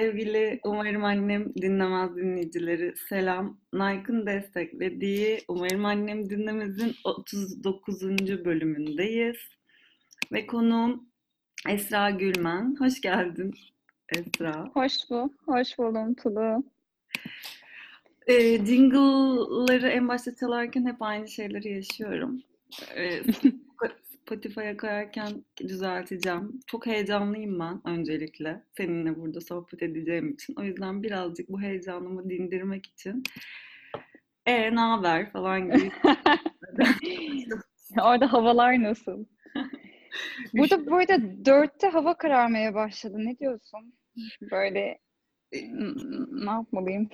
Sevgili Umarım Annem Dinlemez dinleyicileri selam. Nike'ın desteklediği Umarım Annem Dinlemez'in 39. bölümündeyiz. Ve konuğum Esra Gülmen. Hoş geldin Esra. Hoş buldum Tulu. Jingle'ları en başta çalarken hep aynı şeyleri yaşıyorum. Ee, Spotify'a koyarken düzelteceğim. Çok heyecanlıyım ben öncelikle seninle burada sohbet edeceğim için. O yüzden birazcık bu heyecanımı dindirmek için ne haber falan gibi. Orada havalar nasıl? Burada 4'te hava kararmaya başladı. Ne diyorsun? Böyle ne yapmalıyım?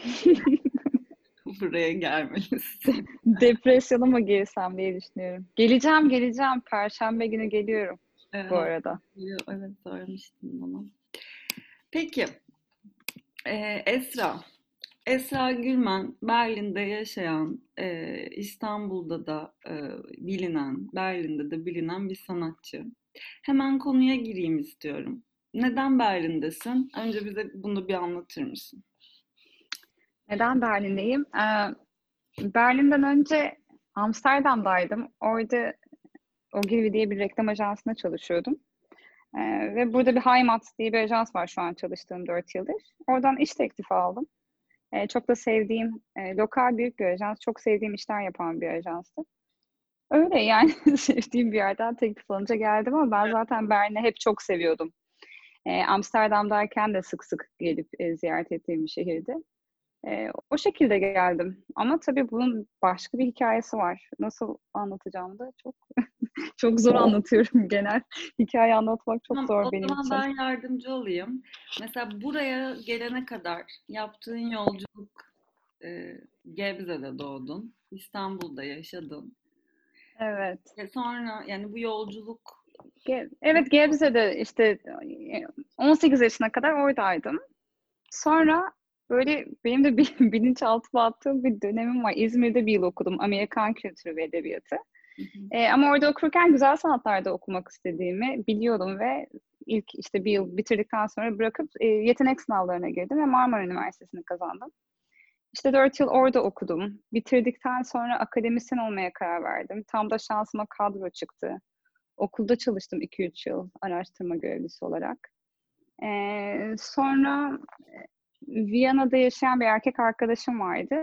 Buraya gelmelisin. Depresyona mı girsem diye düşünüyorum. Geleceğim. Perşembe günü geliyorum bu Hava arada. evet söylemiştin bana. Peki Esra. Esra Gülmen, Berlin'de yaşayan, İstanbul'da da bilinen, Berlin'de de bilinen bir sanatçı. Hemen konuya gireyim istiyorum. Neden Berlin'desin? Önce bize bunu bir anlatır mısın? Neden Berlin'deyim? Berlin'den önce Amsterdam'daydım. Orada Ogilvy diye bir reklam ajansında çalışıyordum. Ve burada bir Heimat diye bir ajans var şu an çalıştığım 4 yıldır. Oradan iş teklifi aldım. Çok da sevdiğim, lokal büyük bir ajans, çok sevdiğim işler yapan bir ajanstı. Öyle yani sevdiğim bir yerden teklif alınca geldim ama ben zaten Berlin'i hep çok seviyordum. Amsterdam'dayken de sık sık gelip ziyaret ettiğim bir şehirdi. O şekilde geldim. Ama tabii bunun başka bir hikayesi var. Nasıl anlatacağım da çok zor anlatıyorum genel. Hikaye anlatmak çok Tamam, zor o benim zaman için. ben yardımcı olayım. Mesela buraya gelene kadar yaptığın yolculuk, Gebze'de doğdun, İstanbul'da yaşadın. Evet. Sonra yani bu yolculuk Evet, Gebze'de işte 18 yaşına kadar oradaydım. Sonra böyle benim de bir bilinçaltıma attığım bir dönemim var. İzmir'de bir yıl okudum. Amerikan kültürü ve edebiyatı. Ama orada okurken güzel sanatlarda okumak istediğimi biliyordum ve ilk işte bir yıl bitirdikten sonra bırakıp yetenek sınavlarına girdim ve Marmara Üniversitesi'ni kazandım. İşte 4 yıl orada okudum. Bitirdikten sonra akademisyen olmaya karar verdim. Tam da şansıma kadro çıktı. Okulda çalıştım 2-3 yıl araştırma görevlisi olarak. Sonra Viyana'da yaşayan bir erkek arkadaşım vardı.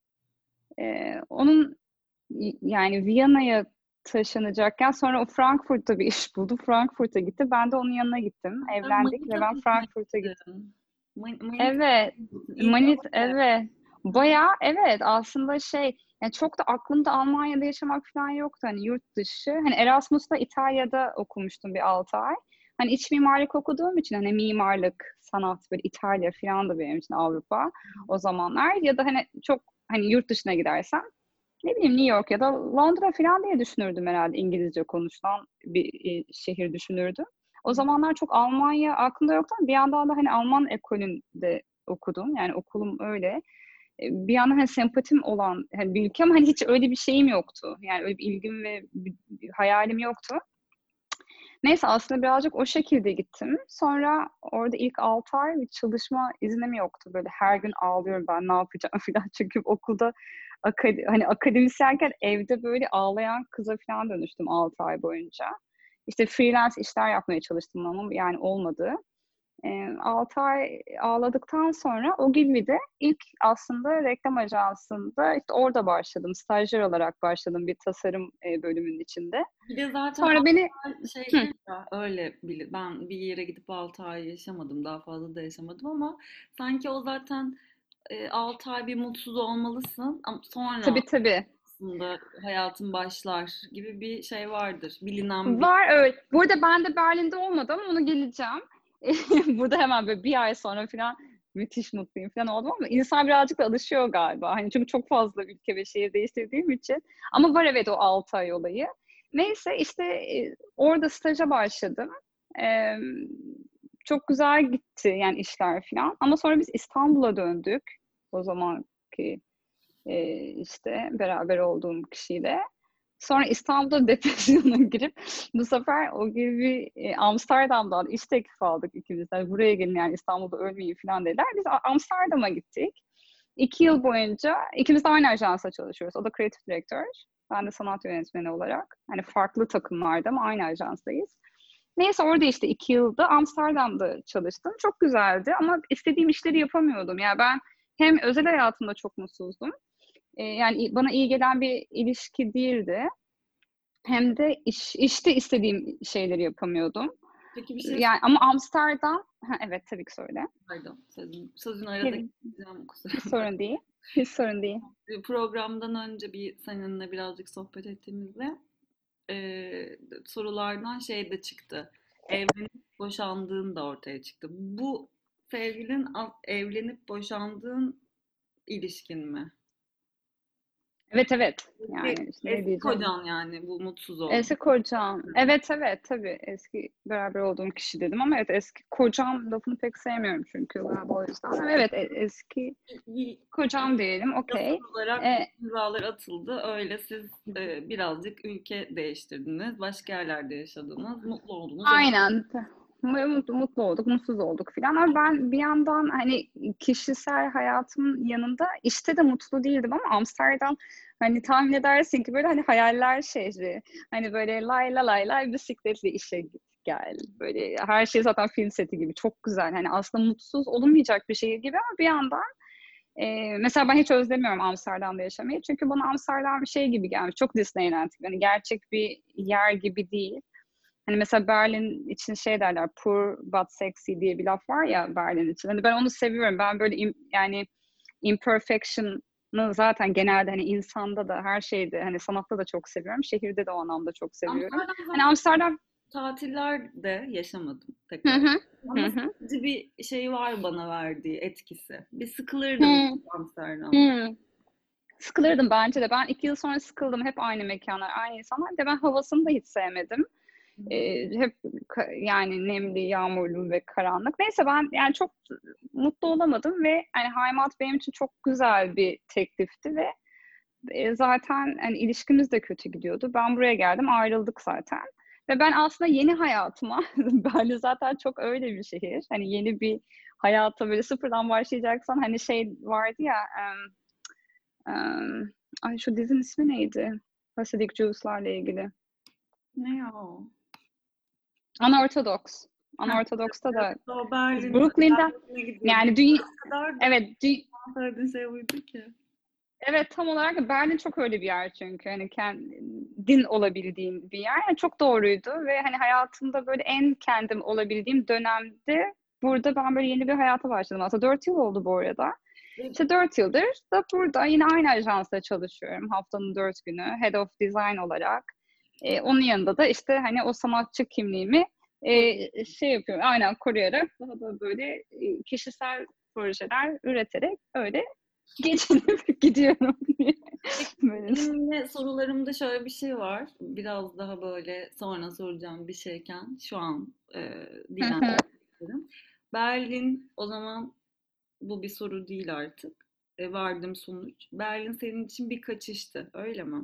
Onun yani Viyana'ya taşınacakken sonra o Frankfurt'ta bir iş buldu. Frankfurt'a gitti. Ben de onun yanına gittim. sen Evlendik ve ben Manita'da mı Frankfurt'a gittim. gittin? Manita'da Evet. mı? İyi de öyle. Evet. Hı hı. Bayağı evet aslında yani çok da aklımda Almanya'da yaşamak falan yoktu. Hani yurt dışı. Hani Erasmus'ta İtalya'da okumuştum bir 6 ay. Hani iç mimarlık okuduğum için hani mimarlık, sanat böyle İtalya falan da benim için Avrupa o zamanlar. Ya da hani çok hani yurt dışına gidersem ne bileyim New York ya da Londra falan diye düşünürdüm herhalde İngilizce konuşulan bir şehir düşünürdüm. O zamanlar çok Almanya aklımda yoktu ama bir yandan da hani Alman ekolünde okudum. Yani okulum öyle. Bir yandan hani sempatim olan hani bir ülke ama hani hiç öyle bir şeyim yoktu. Yani öyle bir ilgim ve bir hayalim yoktu. Neyse aslında birazcık o şekilde gittim. Sonra orada ilk 6 ay bir çalışma iznim yoktu. Böyle her gün ağlıyorum ben ne yapacağım falan. Çünkü okulda hani akademisyenken evde böyle ağlayan kıza falan dönüştüm 6 ay boyunca. İşte freelance işler yapmaya çalıştım ama yani olmadı. 6 ay ağladıktan sonra Ogilvy'de ilk aslında reklam ajansında işte orada başladım. Stajyer olarak başladım bir tasarım bölümünün içinde. Bir de zaten Sonra beni hı, şeydir ya öyle ben bir yere gidip 6 ay yaşamadım, daha fazla da yaşamadım ama sanki o zaten 6 ay bir mutsuz olmalısın ama sonra tabii. aslında hayatın başlar gibi bir şey vardır. Bilinen bir Var öyle. Burada ben de Berlin'de olmadım. Onu geleceğim. Burada hemen böyle bir ay sonra falan müthiş mutluyum falan oldum ama insan birazcık da alışıyor galiba. Hani çünkü çok fazla ülke ve şehir değiştirdiğim için. Ama var evet o 6 ay olayı. Neyse işte orada staja başladım. E, Çok güzel gitti yani işler falan. Ama sonra biz İstanbul'a döndük. O zamanki işte beraber olduğum kişiyle. Sonra İstanbul'da depresyona girip bu sefer o gibi Amsterdam'dan iş teklifi aldık ikimiz. Yani buraya gelin yani İstanbul'da ölmeyin falan dediler. Biz Amsterdam'a gittik. 2 yıl boyunca ikimiz de aynı ajansa çalışıyoruz. O da kreatif direktör. Ben de sanat yönetmeni olarak. Hani farklı takımlarda ama aynı ajanstayız. Neyse orada işte 2 yılda Amsterdam'da çalıştım. Çok güzeldi ama istediğim işleri yapamıyordum. Yani ben hem özel hayatımda çok mutsuzdum. Yani bana iyi gelen bir ilişki değildi. Hem de işte istediğim şeyleri yapamıyordum. Peki bir şey Yani ama Amsterdam, ha, evet tabii ki söyle. pardon, sözün arada Hiç, keseceğim, kusura hiç sorun değil. Hiç sorun değil. Programdan önce seninle birazcık sohbet ettiğimizde sorulardan şey de çıktı. Evlenip boşandığın da ortaya çıktı. Bu evlenip boşandığın ilişkin mi? Evet evet. Eski, Yani işte ne eski diyeceğim. kocan yani bu mutsuz oldu. Eski kocam. Evet evet tabii eski beraber olduğum kişi dedim ama evet eski kocam lafını pek sevmiyorum çünkü galiba o yüzden. Ama evet eski kocam diyelim Yasal okey. olarak E, imzalar atıldı. Öyle siz birazcık ülke değiştirdiniz. Başka yerlerde yaşadınız. Mutlu oldunuz. aynen. Mutlu olduk, mutsuz olduk filan. Ama ben bir yandan hani kişisel hayatımın yanında işte de mutlu değildim ama Amsterdam hani tahmin edersin ki böyle hani hayaller şehri. Hani böyle lay la lay lay bisikletle işe git gel. Böyle her şey zaten film seti gibi çok güzel. Hani aslında mutsuz olunmayacak bir şehir gibi ama bir yandan mesela ben hiç özlemiyorum Amsterdam'da yaşamayı. Çünkü bana Amsterdam şey gibi gelmiş. Çok Disneyland gibi. Hani gerçek bir yer gibi değil. Hani mesela Berlin için şey derler, poor but sexy diye bir laf var ya Berlin için. Hani ben onu seviyorum. Ben böyle yani imperfection'ı zaten genelde hani insanda da her şeyde hani sanatta da çok seviyorum. Şehirde de o anlamda çok seviyorum. Amsterdam Hani zaten Amsterdam. tatillerde yaşamadım Hı tekrar. hı. Hı Ama hı. sıkıcı bir şey var bana verdiği etkisi. Bir sıkılırdım Hı Amsterdam'da. hı. Sıkılırdım bence de. Ben 2 yıl sonra sıkıldım. Hep aynı mekanlar, aynı insanlar. Bir de ben havasını da hiç sevmedim. Hep yani nemli, yağmurlu ve karanlık. Neyse ben yani çok mutlu olamadım ve hani Heimat benim için çok güzel bir teklifti ve zaten hani ilişkimiz de kötü gidiyordu. Ben buraya geldim, ayrıldık zaten. Ve ben aslında yeni hayatıma, Berlin zaten çok öyle bir şehir. Hani yeni bir hayata böyle sıfırdan başlayacaksan hani şey vardı ya, ay şu dizinin ismi neydi? Hasidic Jews'larla ilgili. Ne ya o? Unorthodox. Heh, Unorthodox'ta evet, da o Brooklyn'den Berlin'e gidiyordu. yani O kadar da evet söylediğin şey buydu ki. evet tam olarak Berlin çok öyle bir yer çünkü hani kendin olabildiğin bir yer. Yani çok doğruydu ve hani hayatımda böyle en kendim olabildiğim dönemde burada ben böyle yeni bir hayata başladım. Aslında 4 yıl oldu bu arada. Ve İşte 4 yıldır da burada yine aynı ajansta çalışıyorum. Haftanın 4 günü Head of Design olarak. Onun yanında da işte hani o sanatçı kimliğimi şey yapıyorum. Aynen koruyarak daha da böyle kişisel projeler üreterek öyle geçinip gidiyorum. Böyle. benim de sorularımda şöyle bir şey var. Biraz daha böyle sonra soracağım bir şeyken şu an Hı hı. dillendirmek isterim. Berlin o zaman bu bir soru değil artık. Vardım sonuç. Berlin senin için bir kaçıştı, öyle mi?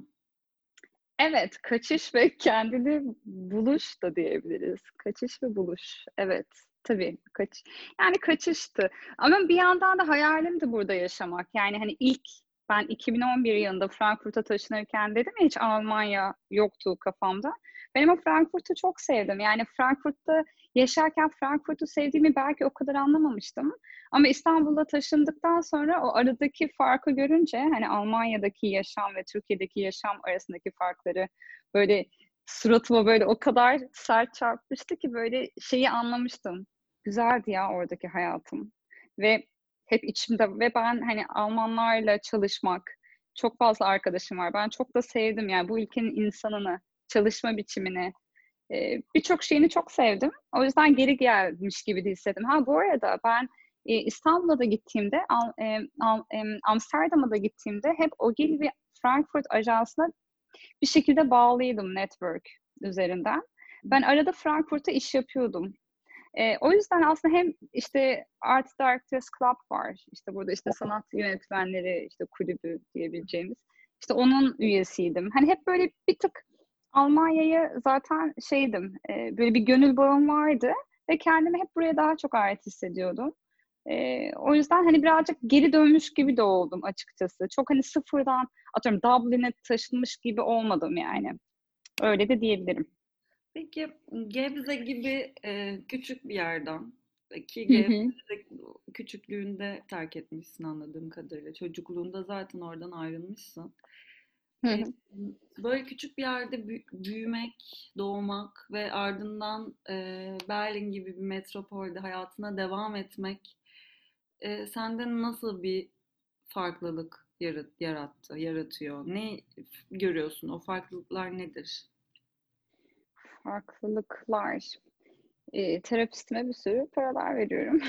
Evet, kaçış ve kendini buluş da diyebiliriz. Kaçış ve buluş. Evet, tabii yani kaçıştı. Ama bir yandan da hayalim de burada yaşamak. Yani hani ben 2011 yılında Frankfurt'a taşınırken dedim ya hiç Almanya yoktu kafamda. Ben o Frankfurt'u çok sevdim. Yani Frankfurt'ta yaşarken Frankfurt'u sevdiğimi belki o kadar anlamamıştım. Ama İstanbul'da taşındıktan sonra o aradaki farkı görünce hani Almanya'daki yaşam ve Türkiye'deki yaşam arasındaki farkları böyle suratıma böyle o kadar sert çarpmıştı ki böyle şeyi anlamıştım. Güzeldi ya oradaki hayatım. Ve hep içimde ve ben hani Almanlarla çalışmak çok fazla arkadaşım var. Ben çok da sevdim yani bu ülkenin insanını, çalışma biçimini, birçok şeyini çok sevdim. O yüzden geri gelmiş gibi de hissettim. Ha bu arada ben İstanbul'a da gittiğimde, Amsterdam'a da gittiğimde hep Ogilvy Frankfurt Ajansı'na bir şekilde bağlıydım network üzerinden. Ben arada Frankfurt'ta iş yapıyordum. O yüzden aslında hem işte Art Directors Club var. İşte burada işte sanat yönetmenleri işte kulübü diyebileceğimiz. İşte onun üyesiydim. Hani hep böyle bir tık Almanya'ya zaten şeydim, böyle bir gönül bağım vardı ve kendimi hep buraya daha çok ait hissediyordum. O yüzden hani birazcık geri dönmüş gibi de oldum açıkçası. Çok hani sıfırdan atıyorum Dublin'e taşınmış gibi olmadım yani. Öyle de diyebilirim. Peki Gebze gibi küçük bir yerden ki Hı hı. Gebze'de küçüklüğünde terk etmişsin anladığım kadarıyla. Çocukluğunda zaten oradan ayrılmışsın. Hı E, hı. Böyle küçük bir yerde büyümek, doğmak ve ardından Berlin gibi bir metropolde hayatına devam etmek sende nasıl bir farklılık yaratıyor? Ne görüyorsun? O farklılıklar nedir? Farklılıklar. Terapistime bir sürü paralar veriyorum.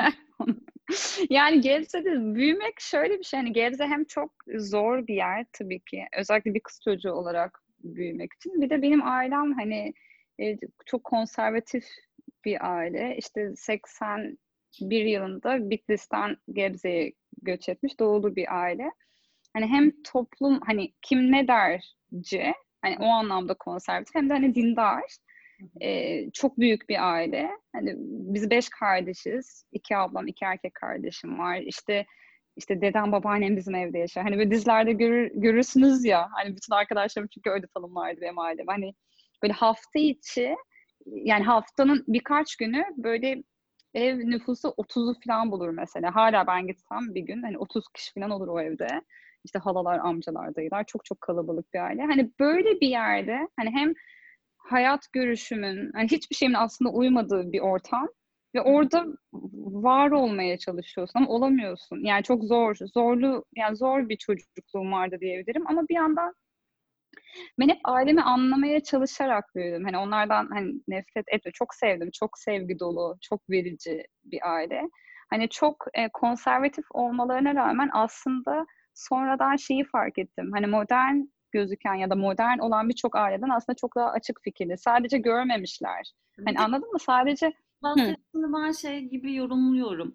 Yani Gebze'de büyümek şöyle bir şey. Hani Gebze hem çok zor bir yer tabii ki. Özellikle bir kız çocuğu olarak büyümek için. Bir de benim ailem hani çok konservatif bir aile. İşte 81 yılında Bitlis'ten Gebze'ye göç etmiş doğulu bir aile. Hani hem toplum hani kim ne derci hani o anlamda konservatif hem de hani dindar. Çok büyük bir aile. Hani biz 5 kardeşiz. 2 ablam, 2 erkek kardeşim var. İşte dedem, babaannem bizim evde yaşar. Hani böyle dizilerde görürsünüz ya. Hani bütün arkadaşlarım çünkü öyle tanımlardı benim ailem. Hani böyle hafta içi yani haftanın birkaç günü böyle ev nüfusu 30'u falan bulur mesela. Hala ben gitsem bir gün hani 30 kişi falan olur o evde. İşte halalar, amcalar, dayılar çok çok kalabalık bir aile. Hani böyle bir yerde hani hem hayat görüşümün, hani hiçbir şeyimin aslında uymadığı bir ortam ve orada var olmaya çalışıyorsun ama olamıyorsun. Yani çok zorlu, yani zor bir çocukluğum vardı diyebilirim ama bir yandan ben hep ailemi anlamaya çalışarak büyüdüm. Hani onlardan hani nefret etme, çok sevdim, çok sevgi dolu, çok verici bir aile. Hani çok konservatif olmalarına rağmen aslında sonradan şeyi fark ettim. Hani modern gözüken ya da modern olan birçok aileden aslında çok daha açık fikirli. Sadece görmemişler. Bir Hani de anladın mı? Sadece hı, bahsettiğini ben şey gibi yorumluyorum.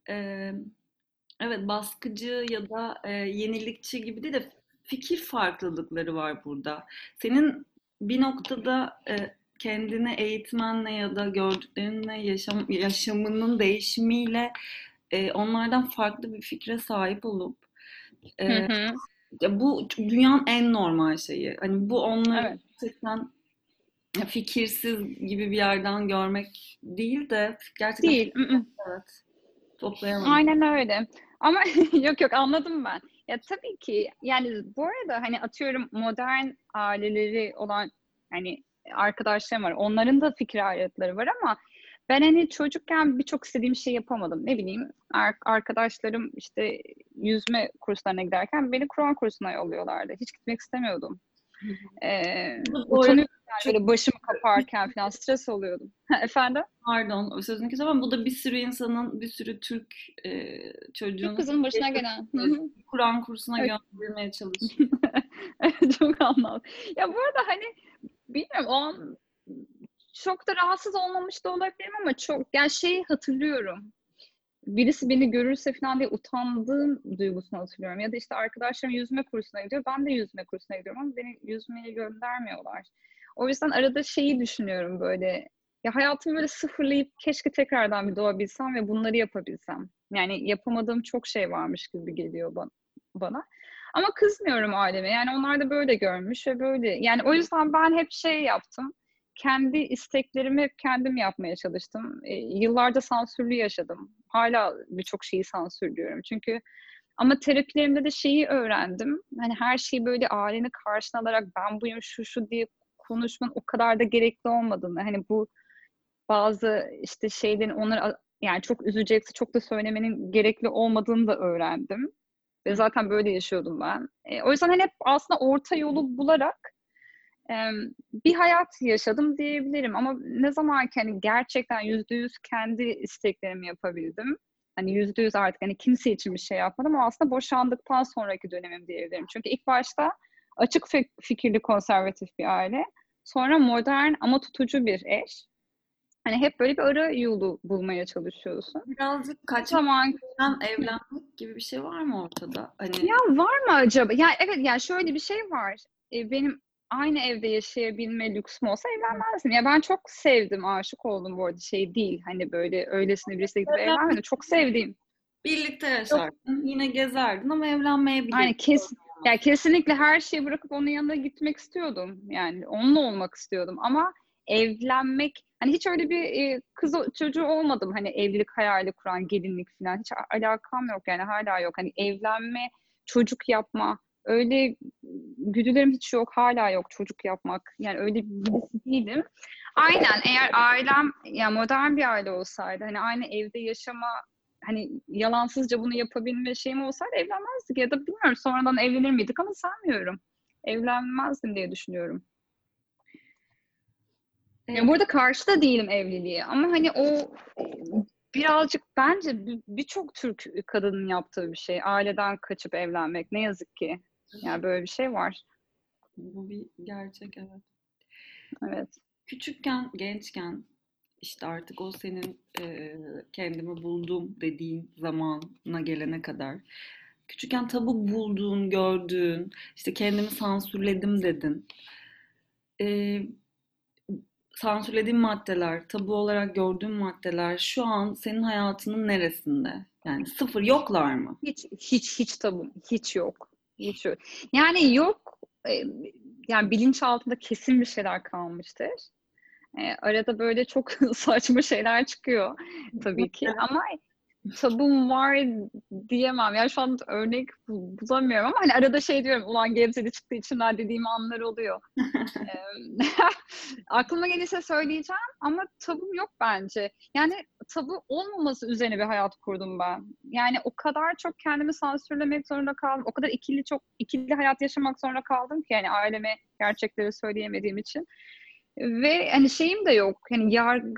Evet, baskıcı ya da yenilikçi gibi değil de fikir farklılıkları var burada. Senin bir noktada kendini eğitmenle ya da gördüklerinle yaşamının değişimiyle onlardan farklı bir fikre sahip olup hı e, hı, ya bu dünyanın en normal şeyi. Hani bu onları evet. gerçekten fikirsiz gibi bir yerden görmek değil de gerçekten Değil. Mm-mm. evet, toplayamadım. Aynen öyle. Ama yok yok anladım ben. Ya tabii ki yani bu arada hani atıyorum modern aileleri olan hani arkadaşlarım var. Onların da fikir ayrılıkları var ama ben hani çocukken birçok istediğim şey yapamadım. Ne bileyim arkadaşlarım işte yüzme kurslarına giderken beni Kur'an kursuna yolluyorlardı. Hiç gitmek istemiyordum. Bu arada Utanıyordum yani çok böyle başımı kaparken falan stres oluyordum. Efendim? pardon sözünü kesem ama bu da bir sürü insanın, bir sürü Türk Türk çocuğunun kızının başına yaşadığı gelen. Hı şey. hı. Kur'an kursuna Evet. gönderilmeye çalışıyor. Evet, çok anlamlı. Ya bu arada hani bilmiyorum o an çok da rahatsız olmamış da olabilirim ama çok yani şeyi hatırlıyorum. Birisi beni görürse falan diye utandığım duygusunu hatırlıyorum. Ya da işte arkadaşlarım yüzme kursuna gidiyor. Ben de yüzme kursuna gidiyorum ama beni yüzmeye göndermiyorlar. O yüzden arada şeyi düşünüyorum böyle. Ya hayatımı böyle sıfırlayıp keşke tekrardan bir doğabilsem ve bunları yapabilsem. Yani yapamadığım çok şey varmış gibi geliyor bana. Ama kızmıyorum aileme. Yani onlar da böyle görmüş ve böyle. Yani o yüzden ben hep şey yaptım. Kendi isteklerimi hep kendim yapmaya çalıştım. Yıllarca sansürlü yaşadım. Hala birçok şeyi sansürlüyorum. Çünkü ama terapilerimde de şeyi öğrendim. Hani her şeyi böyle aileni karşına alarak ben buyum şu şu diye konuşmanın o kadar da gerekli olmadığını. Hani bu bazı işte şeylerin onları yani çok üzecekse çok da söylemenin gerekli olmadığını da öğrendim. Ve zaten böyle yaşıyordum ben. O yüzden hani hep aslında orta yolu bularak bir hayat yaşadım diyebilirim ama ne zaman ki hani gerçekten %100 kendi isteklerimi yapabildim. Hani %100 artık hani kimse için bir şey yapmadım ama aslında boşandıktan sonraki dönemim diyebilirim. Çünkü ilk başta açık fikirli konservatif bir aile. Sonra modern ama tutucu bir eş. Hani hep böyle bir ara yolu bulmaya çalışıyorsun. Birazcık Ne kaçmak zaman isteyen evlenmek gibi bir şey var mı ortada? Hani Ya var mı acaba? Ya evet, yani şöyle bir şey var. Benim aynı evde yaşayabilme lüksüm olsa evlenmezdim. Ya ben çok sevdim, aşık oldum bu arada, şey değil. Hani böyle öylesine birisiyle gidip evlenmek evlenmedim. Çok sevdiğim. birlikte Yok, yaşardın, yine gezerdin ama evlenmeyebilirdin. yani ya kesinlikle her şeyi bırakıp onun yanına gitmek istiyordum. Yani onunla olmak istiyordum ama evlenmek, hani hiç öyle bir çocuğu olmadım, hani evlilik hayali kuran, gelinlik falan hiç alakam yok, yani hala yok. Hani evlenme, çocuk yapma, öyle güdülerim hiç yok, hala yok çocuk yapmak. Yani öyle birisi değilim. Aynen, eğer ailem ya modern bir aile olsaydı, hani aynı evde yaşama, hani yalansızca bunu yapabilme şeyim olsaydı evlenmezdik, ya da bilmiyorum sonradan evlenir miydik ama sanmıyorum. Evlenmezdim diye düşünüyorum. Ya Peki, burada karşı da değilim evliliğe ama hani o birazcık bence birçok Türk kadının yaptığı bir şey. Aileden kaçıp evlenmek. Ne yazık ki. Yani böyle bir şey var. bu bir gerçek, evet. Evet. Küçükken, gençken işte artık o senin kendimi buldum dediğin zamana gelene kadar küçükken tabu bulduğun, gördüğün, işte kendimi sansürledim dedin. Eee, Sansürlediğin maddeler, tabu olarak gördüğün maddeler şu an senin hayatının neresinde? Yani sıfır, yoklar mı? Hiç tabii hiç yok. Hiç yok. Yani yok, e, yani bilinç altında kesin bir şeyler kalmıştır. Arada böyle çok saçma şeyler çıkıyor tabii ki ama tabum var diyemem. Yani şu an örnek bulamıyorum ama hani arada şey diyorum, ulan Gebze'de çıktı içimden dediğim anlar oluyor. Aklıma gelirse söyleyeceğim ama tabum yok bence. Yani tabu olmaması üzerine bir hayat kurdum ben. Yani o kadar çok kendimi sansürlemek zorunda kaldım. O kadar ikili hayat yaşamak zorunda kaldım ki, yani aileme gerçekleri söyleyemediğim için. Ve hani şeyim de yok. Hani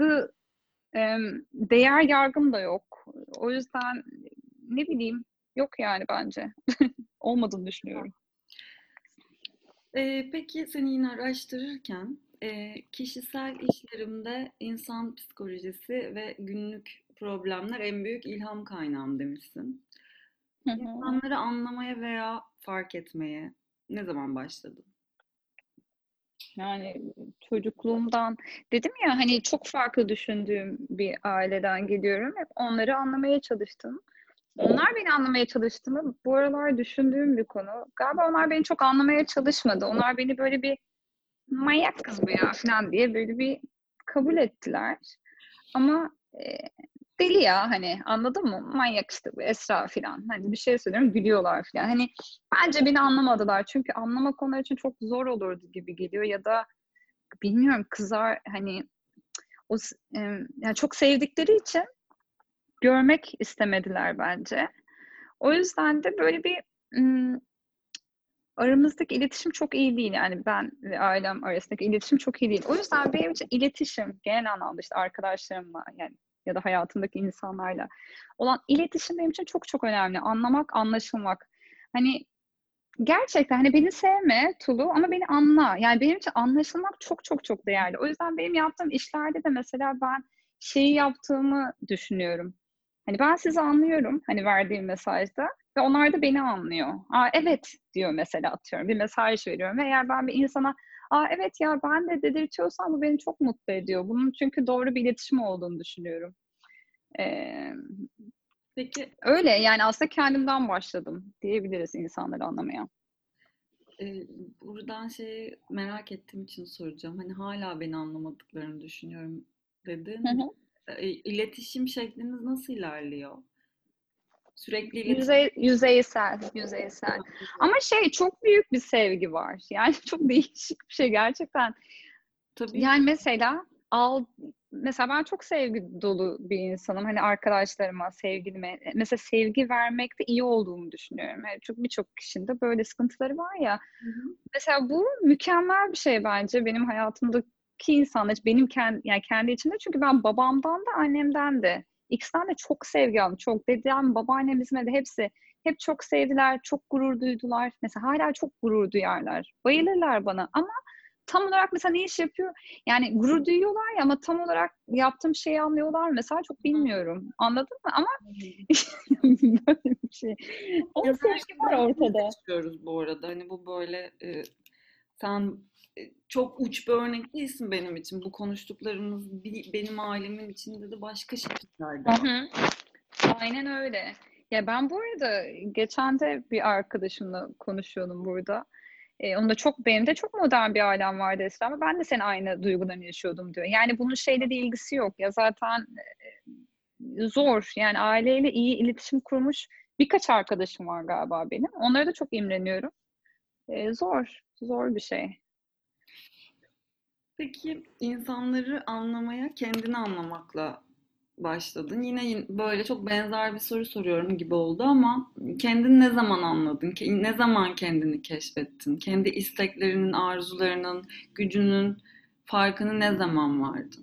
değer yargım da yok. O yüzden ne bileyim, yok yani bence. Olmadığını düşünüyorum. Peki seni yine araştırırken kişisel işlerimde insan psikolojisi ve günlük problemler en büyük ilham kaynağım demişsin. Hı hı. İnsanları anlamaya veya fark etmeye ne zaman başladın? Yani çocukluğumdan dedim ya, hani çok farklı düşündüğüm bir aileden geliyorum. Hep onları anlamaya çalıştım. Onlar beni anlamaya çalıştı mı? Bu aralar düşündüğüm bir konu. Galiba onlar beni çok anlamaya çalışmadı. Onlar beni böyle bir manyak kız bu ya falan diye böyle bir kabul ettiler. Ama deli ya, hani anladın mı? Manyak işte bu Esra falan. Hani bir şey söylüyorum gülüyorlar falan. Hani bence beni anlamadılar. Çünkü anlamak onlar için çok zor olurdu gibi geliyor. Ya da bilmiyorum, kızar hani yani çok sevdikleri için görmek istemediler bence. O yüzden de böyle bir ım, aramızdaki iletişim çok iyi değil. Yani ben ve ailem arasındaki iletişim çok iyi değil. O yüzden benim için iletişim, genel anlamda işte arkadaşlarımla, yani ya da hayatımdaki insanlarla olan iletişim benim için çok çok önemli. Anlamak, anlaşılmak. Hani gerçekten hani beni sevme Tulu ama beni anla. Yani benim için anlaşılmak çok çok çok değerli. O yüzden benim yaptığım işlerde de mesela ben şeyi yaptığımı düşünüyorum. Hani ben sizi anlıyorum, hani verdiğim mesajda, ve onlar da beni anlıyor. Aa evet diyor mesela, atıyorum bir mesaj veriyorum ve eğer ben bir insana aa evet ya ben de dedirtiyorsam bu beni çok mutlu ediyor. Bunun çünkü doğru bir iletişim olduğunu düşünüyorum. Ee, Peki Öyle yani, aslında kendimden başladım diyebiliriz insanları anlamaya. e, buradan şeyi merak ettiğim için soracağım. Hani hala beni anlamadıklarını düşünüyorum Hı dedin. hı. İletişim şekliniz nasıl ilerliyor? Sürekli iletişim Yüzeysel. Ama şey, çok büyük bir sevgi var. Yani çok değişik bir şey gerçekten. tabii. Yani mesela ben çok sevgi dolu bir insanım. Hani arkadaşlarıma, sevgilime mesela sevgi vermekte iyi olduğumu düşünüyorum. Yani çok birçok kişinin de böyle sıkıntıları var ya. Hı hı. Mesela bu mükemmel bir şey bence benim hayatımdaki insanlar, benim yani kendi içimde, çünkü ben babamdan da annemden de ikisinden de çok sevgi aldım. Çok, dedem, babaannem, bizim evde hepsi hep çok sevdiler, çok gurur duydular. Mesela hala çok gurur duyarlar. Bayılırlar bana ama tam olarak mesela ne iş yapıyor? Yani gurur duyuyorlar ya ama tam olarak yaptığım şeyi anlıyorlar mı? Mesela çok bilmiyorum. Anladın mı? Ama böyle bir şey. O Ya her sevgi var şeyden ortada. seçiyoruz bu arada. Hani bu böyle sen çok uç bir örnek değilsin benim için. Bu konuştuklarımız benim ailemin içinde de başka şekillerde Hı var. hı. Aynen öyle. Ya ben bu arada geçen de bir arkadaşımla konuşuyordum burada. Onun da benim de çok modern bir ailem vardı Esra ama ben de senin aynı duygularını yaşıyordum diyor. Yani bunun şeyle de ilgisi yok. Ya zaten zor. Yani aileyle iyi iletişim kurmuş birkaç arkadaşım var galiba benim. Onlara da çok imreniyorum. Zor. Zor bir şey. Peki insanları anlamaya kendini anlamakla başladın. Yine böyle çok benzer bir soru soruyorum gibi oldu ama kendini ne zaman anladın? Ne zaman kendini keşfettin? Kendi isteklerinin, arzularının, gücünün farkını ne zaman vardın?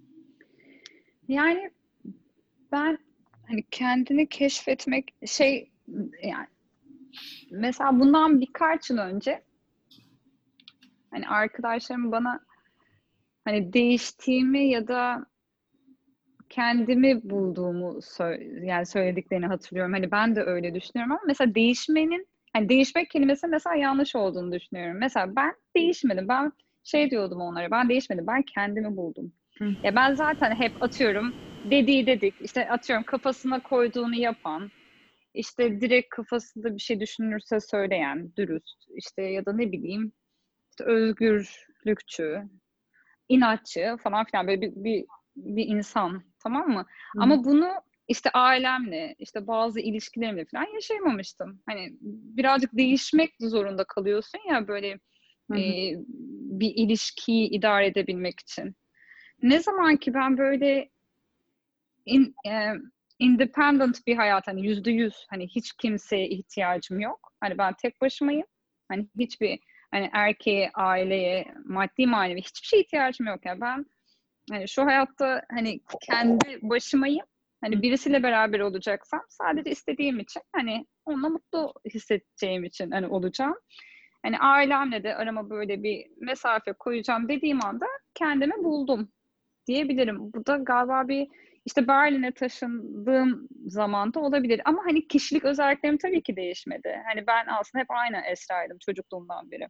Yani ben hani kendini keşfetmek yani mesela bundan birkaç yıl önce hani arkadaşlarım bana hani değiştiğimi ya da kendimi bulduğumu yani söylediklerini hatırlıyorum. Hani ben de öyle düşünüyorum ama mesela hani değişmek kelimesi mesela yanlış olduğunu düşünüyorum. Mesela ben değişmedim. Ben şey diyordum onlara. Ben değişmedim. Ben kendimi buldum. Hı Ya ben zaten hep atıyorum dediği dedik. İşte atıyorum kafasına koyduğunu yapan, işte direkt kafasında bir şey düşünürse söyleyen, dürüst, işte ya da ne bileyim işte özgürlükçü, inatçı falan filan böyle bir insan, tamam mı? hı Ama bunu işte ailemle, işte bazı ilişkilerimle falan yaşayamamıştım. Hani birazcık değişmek zorunda kalıyorsun ya böyle hı hı bir ilişkiyi idare edebilmek için. Ne zaman ki ben böyle in, e, independent bir hayat, hani %100 hani hiç kimseye ihtiyacım yok. Hani ben tek başımayım. Hani hiçbir hani erkeğe, aileye, maddi manevi hiçbir şeye ihtiyacım yok. Yani ben hani şu hayatta hani kendi başımayım. hı Hani birisiyle beraber olacaksam sadece istediğim için hani onunla mutlu hissedeceğim için hani olacağım. Hani ailemle de arama böyle bir mesafe koyacağım dediğim anda kendimi buldum diyebilirim. Bu da galiba işte Berlin'e taşındığım zaman da olabilir. Ama hani kişilik özelliklerim tabii ki değişmedi. Hani ben aslında hep aynı Esra'ydım çocukluğumdan beri.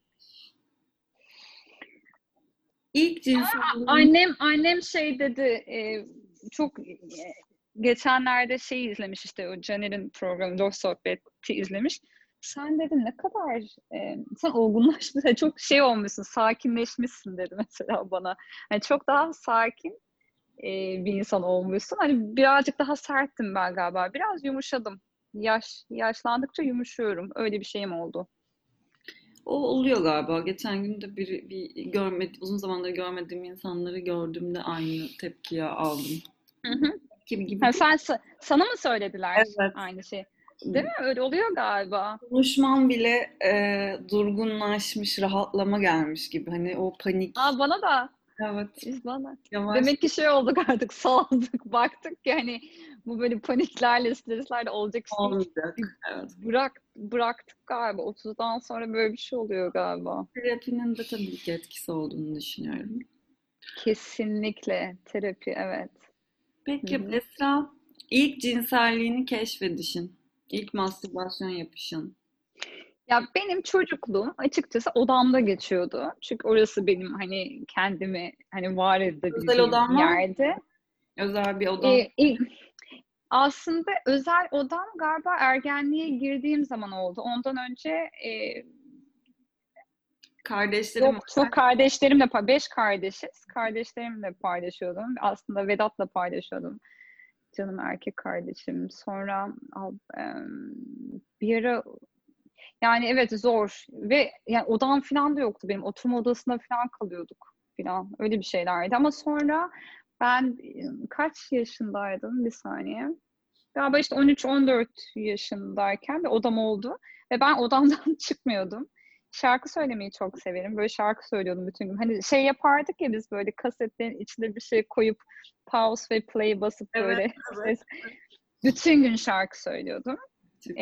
İlk cinselliğin Annem şey dedi, çok geçenlerde şey izlemiş, işte o Caner'in programı Dost Sohbeti izlemiş. Sen dedi ne kadar sen olgunlaşmışsın, çok şey olmuşsun, sakinleşmişsin dedi mesela bana. Hani çok daha sakin bir insan olmuşsun. Hani birazcık daha serttim ben galiba. Biraz yumuşadım. Yaşlandıkça yumuşuyorum. Öyle bir şeyim oldu. o oluyor galiba. Geçen gün de uzun zamandır görmediğim insanları gördüğümde aynı tepkiyi aldım. Hı hı. Gibi Ha, değil. sana mı söylediler Evet. aynı şey? Değil mi? Öyle oluyor galiba. Konuşmam bile durgunlaşmış, rahatlama gelmiş gibi. Hani o panik. Aa, bana da. Evet. Bana. Yavaş Demek ki şey olduk artık, saldık. Baktık ki hani bu böyle paniklerle, streslerle olacak iş değil. Bir olmayacak. Evet. bıraktık galiba. 30'dan sonra böyle bir şey oluyor galiba. Terapinin de tabii ki etkisi olduğunu düşünüyorum. Kesinlikle. Terapi, evet. Hı Peki hı. Esra, ilk cinselliğini keşfedişin, ilk mastürbasyon yapışın. Ya benim çocukluğum açıkçası odamda geçiyordu. Çünkü orası benim hani kendimi hani var Özel edebileceğim odan var mı? yerdi. Özel bir odan. Ee, ilk, Aslında özel odam galiba ergenliğe girdiğim zaman oldu. Ondan önce Kardeşlerim yoktu. var. Beş kardeşiz. Kardeşlerimle paylaşıyordum. Aslında Vedat'la paylaşıyordum. Canım erkek kardeşim. Sonra bir ara yani evet zor ve yani odam falan da yoktu benim. Oturma odasında falan kalıyorduk falan. Öyle bir şeylerdi ama sonra ben kaç yaşındaydım bir saniye. Galiba işte 13-14 yaşındayken bir odam oldu ve ben odamdan çıkmıyordum. Şarkı söylemeyi çok severim. Böyle şarkı söylüyordum bütün gün. Hani şey yapardık ya biz, böyle kasetlerin içine bir şey koyup pause ve play basıp Evet, böyle evet. ses. Bütün gün şarkı söylüyordum.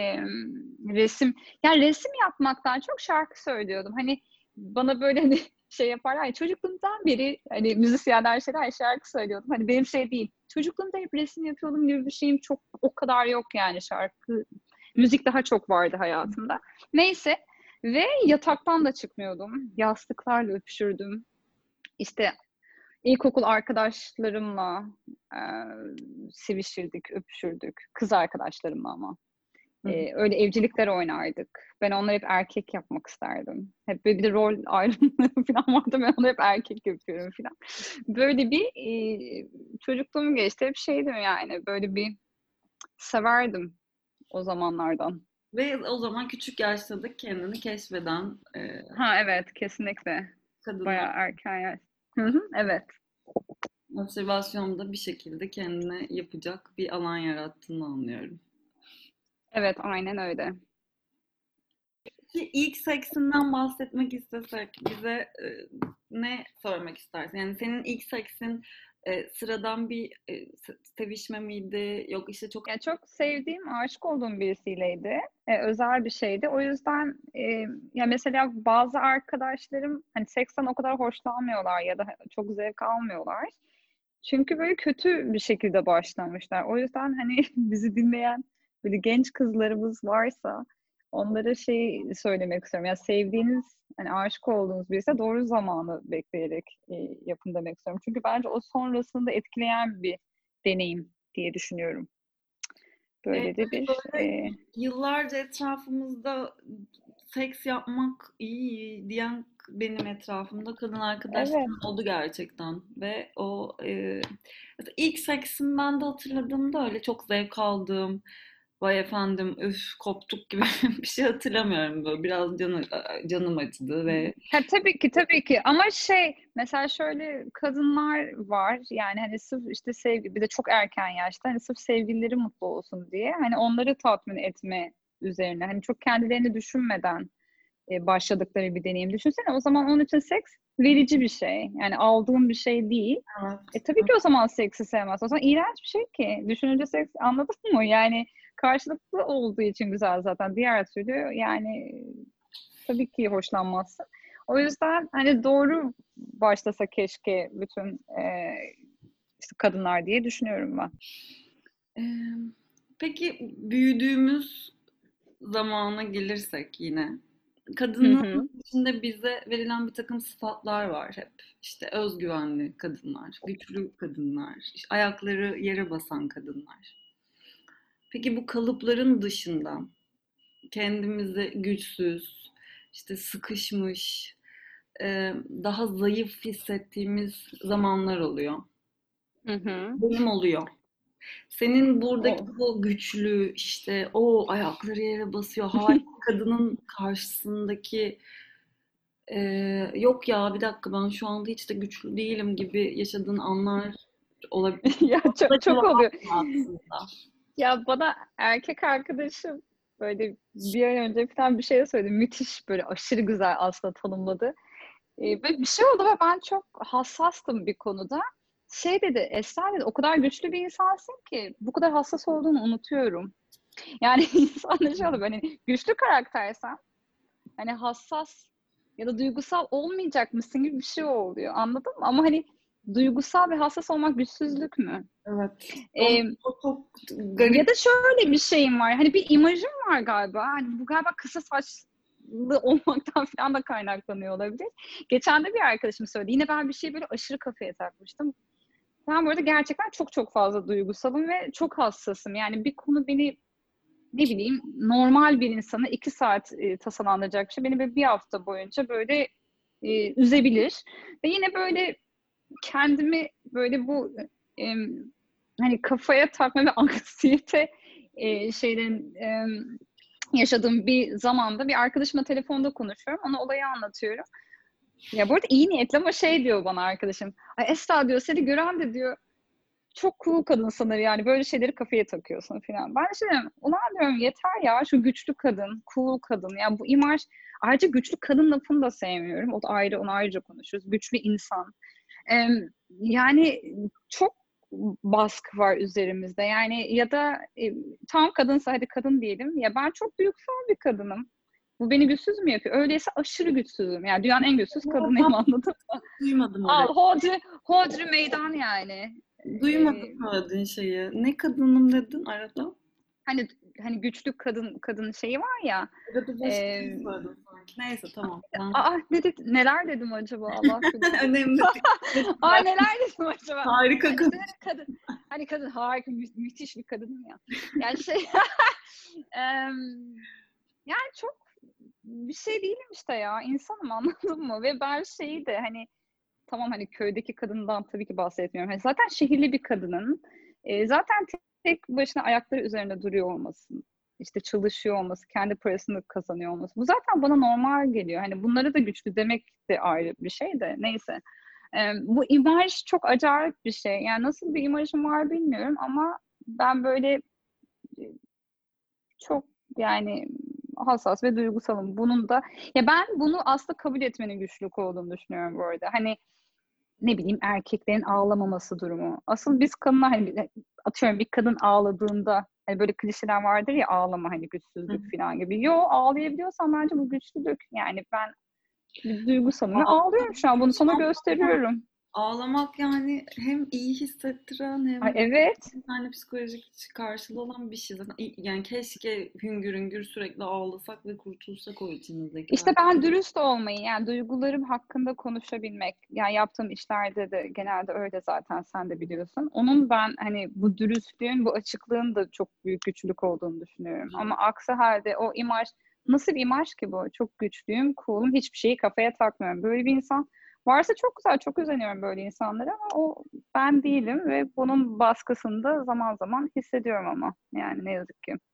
Resim, yani resim yapmaktan çok şarkı söylüyordum. Hani bana böyle hani şey yaparlar ya, çocukluğumdan beri hani müzisyenler şeyler şarkı söylüyordum. Hani benim şey değil. Çocukluğumda hep resim yapıyordum gibi bir şeyim çok o kadar yok yani şarkı. Müzik daha çok vardı hayatımda. Neyse ve yataktan da çıkmıyordum. Yastıklarla öpüşürdüm. İşte ilkokul arkadaşlarımla sevişirdik, öpüşürdük. Kız arkadaşlarımla ama. Hı hı. Öyle evcilikler oynardık. Ben onları hep erkek yapmak isterdim. Hep böyle bir de rol ayrımları falan vardı. Ben onları hep erkek yapıyorum falan. Böyle bir çocukluğum geçti. Hep şeydim yani. Böyle bir severdim o zamanlardan. Ve o zaman küçük yaşta da kendini keşfeden Ha evet, kesinlikle. kadınlar Bayağı erken yaş. Hı hı, evet. motivasyonda bir şekilde kendine yapacak bir alan yarattığını anlıyorum. Evet, aynen öyle. Ki ilk seksinden bahsetmek istesek bize ne sormak istersin? Yani senin ilk seksin sıradan bir sevişme miydi? Yok işte çok... Yani çok sevdiğim, aşık olduğum birisiyleydi. Özel bir şeydi. O yüzden ya mesela bazı arkadaşlarım hani seksten o kadar hoşlanmıyorlar ya da çok zevk almıyorlar. Çünkü böyle kötü bir şekilde başlamışlar. O yüzden hani bizi dinleyen böyle genç kızlarımız varsa onlara şey söylemek istiyorum. Ya sevdiğiniz, hani aşık olduğunuz birisi doğru zamanı bekleyerek yapın demek istiyorum. Çünkü bence o sonrasında etkileyen bir deneyim diye düşünüyorum. Böyle de bir Böyle yıllarca etrafımızda seks yapmak iyi diyen benim etrafımda kadın evet. arkadaşlarım oldu gerçekten ve o mesela ilk seksimi ben de hatırladığımda öyle çok zevk aldığım vay efendim üf koptuk gibi bir şey hatırlamıyorum, böyle biraz canım acıdı ve Ha, tabii ki tabii ki ama şey mesela şöyle kadınlar var yani hani sırf işte sevgi bir de çok erken yaşta hani sırf sevgilileri mutlu olsun diye hani onları tatmin etme üzerine hani çok kendilerini düşünmeden başladıkları bir deneyim. Düşünsene o zaman onun için seks verici bir şey. Yani aldığın bir şey değil. evet. Tabii ki o zaman seksi sevmez. O zaman iğrenç bir şey ki. Düşününce seks anladın mı? Yani karşılıklı olduğu için güzel zaten. Diğer türlü yani tabii ki hoşlanmazsın. O yüzden hani doğru başlasa keşke bütün işte kadınlar diye düşünüyorum ben. E, peki büyüdüğümüz zamana gelirsek yine Hı kadının hı. içinde bize verilen bir takım sıfatlar var hep. İşte özgüvenli kadınlar, güçlü kadınlar, işte ayakları yere basan kadınlar. Peki bu kalıpların dışında kendimizi güçsüz, işte sıkışmış, daha zayıf hissettiğimiz zamanlar oluyor. Hı hı. Benim oluyor. Senin buradaki O, o güçlü işte o ayakları yere basıyor harika kadının karşısındaki yok ya bir dakika ben şu anda hiç de güçlü değilim gibi yaşadığın anlar olabilir. ya çok, çok oluyor. Aslında. Ya bana erkek arkadaşım böyle bir ay önce falan bir şey söyledi. Müthiş böyle aşırı güzel aslında tanımladı. Ve bir şey oldu ve ben çok hassastım bir konuda. Şey dedi, Esra dedi, o kadar güçlü bir insansın ki bu kadar hassas olduğunu unutuyorum. Yani insanda şey oluyor, hani güçlü karaktersen hani hassas ya da duygusal olmayacak mısın gibi bir şey oluyor. Anladın mı? Ama hani duygusal ve hassas olmak güçsüzlük mü? Evet. Ee, O çok Ya garip. da şöyle bir şeyim var. Hani bir imajım var galiba. Hani bu galiba kısa saçlı olmaktan falan da kaynaklanıyor olabilir. Geçen de bir arkadaşım söyledi. Yine ben bir şey böyle aşırı kafaya takmıştım. Ben bu arada gerçekten çok çok fazla duygusalım ve çok hassasım. Yani bir konu beni ne bileyim normal bir insana 2 saat tasalandıracak bir şey. Beni böyle bir hafta boyunca böyle üzebilir. Ve yine böyle kendimi böyle bu e, hani kafaya takma ve anksiyete şeylerin yaşadığım bir zamanda bir arkadaşımla telefonda konuşuyorum. Ona olayı anlatıyorum. Ya bu arada iyi niyetli ama şey diyor bana arkadaşım. Ay Esra diyor seni gören de diyor çok cool kadın sanır yani böyle şeyleri kafaya takıyorsun falan. Ben de şey diyorum, ulan diyorum yeter ya şu güçlü kadın, cool kadın. Yani bu imaj, ayrıca güçlü kadın lafını da sevmiyorum. O da ayrı, onu ayrıca konuşuruz. Güçlü insan. Ee, Yani çok baskı var üzerimizde. Yani ya da tam kadınsa hadi kadın diyelim. Ya ben çok duygusal bir kadınım. Bu beni güçsüz mü yapıyor? Öyleyse aşırı güçsüzüm. Yani dünyanın en güçsüz kadınıyım, anladın mı? Duymadım orayı. Al hodri meydan yani. Duymadım Ee, söylediğin şeyi. Ne kadınım dedin arada? hani hani güçlü kadın şeyi var ya. Arada başka bir E, şey söyledin sanki. Neyse tamam. Ben... neler dedim acaba, Allah bilir. Önemli değil. Neler dedim acaba? Harika Hani işte kadın. kadın harika, müthiş bir kadınım ya. Yani yani çok bir şey değilim işte ya. İnsanım, anladın mı? Ve ben şeyi de hani, tamam hani köydeki kadından tabii ki bahsetmiyorum. Hani zaten şehirli bir kadının zaten tek başına ayakları üzerinde duruyor olması, işte çalışıyor olması, kendi parasını kazanıyor olması. Bu zaten bana normal geliyor. Hani bunları da güçlü demek de ayrı bir şey de, neyse. Bu imaj çok acayip bir şey. Yani nasıl bir imajım var bilmiyorum ama ben böyle e, çok yani hassas ve duygusalım. Bunun da, ya ben bunu aslında kabul etmenin güçlük olduğunu düşünüyorum bu arada. Hani ne bileyim, erkeklerin ağlamaması durumu. Asıl biz kadınlar, hani atıyorum bir kadın ağladığında, hani böyle klişeler vardır ya, ağlama hani Hı. güçsüzlük falan gibi. Yo, ağlayabiliyorsan bence bu güçlülük. Yani ben bir duygusalım ve ağlıyorum şu an, bunu sana Ağlamak, gösteriyorum. ağlamak yani hem iyi hissettiren Ay, hem evet. bir tane psikolojik karşılığı olan bir şey. Zaten yani keşke hüngür hüngür sürekli ağlasak ve kurtulsak o içimizdekiler. İşte ben dürüst olmayı, yani duygularım hakkında konuşabilmek, yani yaptığım işlerde de genelde öyle, zaten sen de biliyorsun. Onun ben hani bu dürüstlüğün, bu açıklığın da çok büyük güçlük olduğunu düşünüyorum. Ama aksi halde o imaj, nasıl bir imaj ki bu? Çok güçlüyüm, cool'um, hiçbir şeyi kafaya takmıyorum. Böyle bir insan varsa çok güzel, çok özeniyorum böyle insanlara, ama o ben değilim ve bunun baskısını da zaman zaman hissediyorum ama, yani ne yazık ki.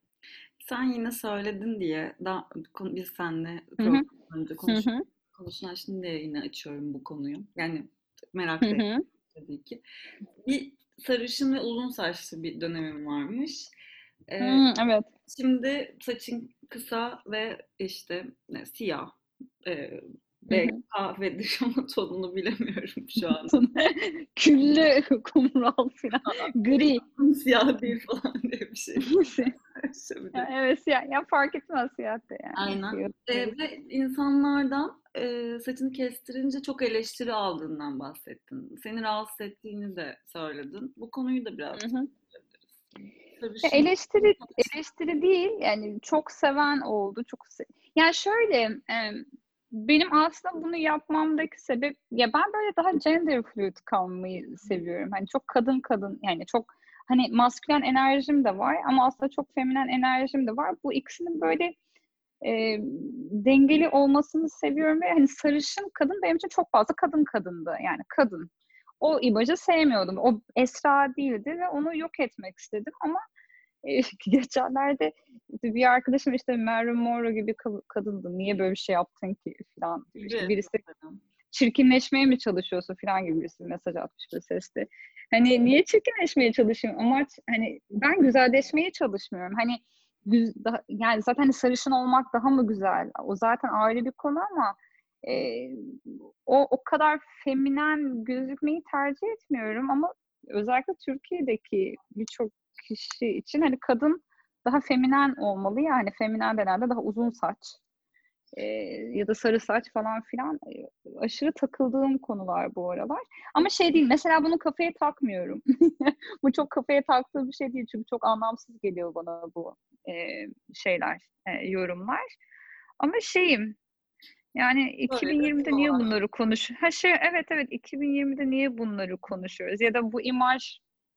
Sen yine söyledin diye biz seninle Hı hı, program önce hı hı, konuşun açtın diye yine açıyorum bu konuyu. Yani hı merak da ettim hı. tabii ki. Bir sarışın ve uzun saçlı bir dönemim varmış. Ee, Evet. Şimdi saçın kısa ve işte siyah e, Hı ve hı. kahvedir ama tonunu bilemiyorum şu anda. Küllü kumral filan. Gri. Siyah değil falan diye bir şey. Ya, Şimdi. evet, siyah. Ya fark etmez, siyah da yani. Aynen. Siyah olabilir. Ve insanlardan saçını kestirince çok eleştiri aldığından bahsettin. Seni rahatsız ettiğini de söyledin. Bu konuyu da biraz Hı hı. konuşabiliriz. Ya Sarışın. eleştiri değil yani, çok seven oldu. Yani şöyle, benim aslında bunu yapmamdaki sebep, ya ben böyle daha gender fluid kalmayı seviyorum. Hani çok kadın kadın, yani çok hani maskülen enerjim de var ama aslında çok feminen enerjim de var. Bu ikisinin böyle dengeli olmasını seviyorum ve hani sarışın kadın benim için çok fazla kadın kadındı. Yani kadın. O imajı sevmiyordum. O Esra değildi ve onu yok etmek istedim ama geçenlerde bir arkadaşım işte Marilyn Monroe gibi kadındı. Niye böyle bir şey yaptın ki falan diyor. İşte Gibi birisi mesela. çirkinleşmeye mi çalışıyorsun falan gibi birisi mesaj atmış böyle sesli. Hani niye çirkinleşmeye çalışayım? Amaç hani, ben güzelleşmeye çalışmıyorum. Hani yani zaten hani sarışın olmak daha mı güzel? O zaten ayrı bir konu ama e, o kadar feminen gözükmeyi tercih etmiyorum ama özellikle Türkiye'deki birçok kişi için hani kadın daha feminen olmalı, yani feminen denen de daha uzun saç e, ya da sarı saç falan filan, aşırı takıldığım konular bu aralar. Ama şey değil, mesela bunu kafaya takmıyorum. Bu çok kafaya taktığım bir şey değil çünkü çok anlamsız geliyor bana bu e, yorumlar. Ama şeyim, yani Böyle de 2020'de niye var. bunları evet evet, 2020'de niye bunları konuşuyoruz ya da bu imaj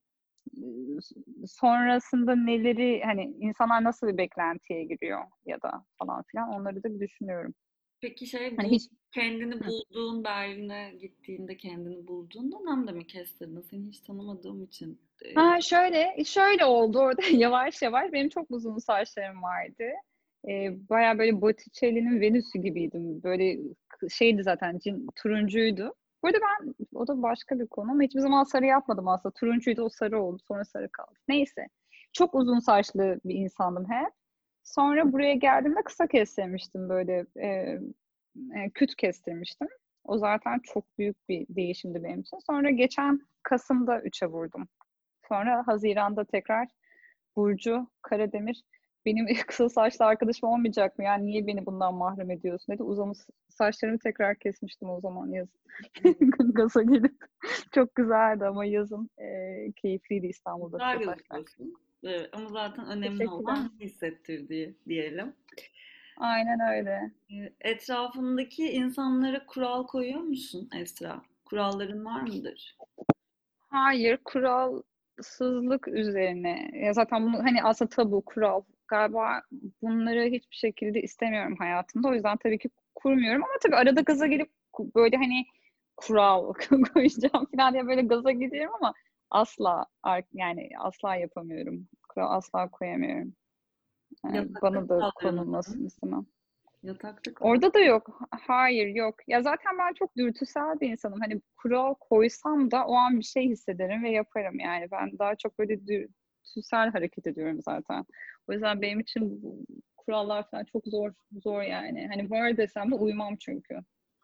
sonrasında neleri, hani insanlar nasıl bir beklentiye giriyor ya da falan filan, onları da bir düşünüyorum. Peki şey Hani bu hiç. kendini Hı. bulduğun Berlin'e gittiğinde kendini bulduğun dönemde mi kestirdin? Seni hiç tanımadığım için. Ha, şöyle oldu orada yavaş yavaş, benim çok uzun saçlarım vardı. Baya böyle Botticelli'nin Venüs'ü gibiydim. Böyle şeydi zaten, turuncuydu. Burada o da başka bir konu ama hiçbir zaman sarı yapmadım aslında. Turuncuydu, o sarı oldu. Sonra sarı kaldı. Neyse. Çok uzun saçlı bir insandım hep. Sonra buraya geldiğimde kısa kestirmiştim böyle. Küt kestirmiştim. O zaten çok büyük bir değişimdi benim için. Sonra geçen Kasım'da 3'e vurdum. Sonra Haziran'da tekrar Burcu Karademir benim kısa saçlı arkadaşım olmayacak mı? Yani niye beni bundan mahrum ediyorsun dedi. Uzamış saçlarımı tekrar kesmiştim o zaman yazın. Gaza gelip. Çok güzeldi ama yazın keyifliydi İstanbul'da Güzel kısa saçlar. gözüküyorsun. Ama zaten önemli Teşekkürler. olan ne hissettirdiği diyelim. Aynen öyle. Etrafındaki insanlara kural koyuyor musun Esra? Kuralların var mıdır? Hayır, kuralsızlık üzerine. Ya zaten bunu hani aslında tabu, kural. Galiba bunları hiçbir şekilde istemiyorum hayatımda. O yüzden tabii ki kurmuyorum ama tabii arada gaza gelip böyle hani kural koyacağım falan diye böyle gaza gidiyorum ama asla yani asla yapamıyorum. Kural asla koyamıyorum. Yani Yatakta bana da kurallarınız var. konulmasını istemem. Yatakta kural. Orada da yok. Hayır, yok. Ya zaten ben çok dürtüsel bir insanım. Hani kural koysam da o an bir şey hissederim ve yaparım yani. Ben daha çok böyle dürtüsel hareket ediyorum zaten. O yüzden benim için bu kurallar falan çok zor yani. Hani var desem de uymam çünkü.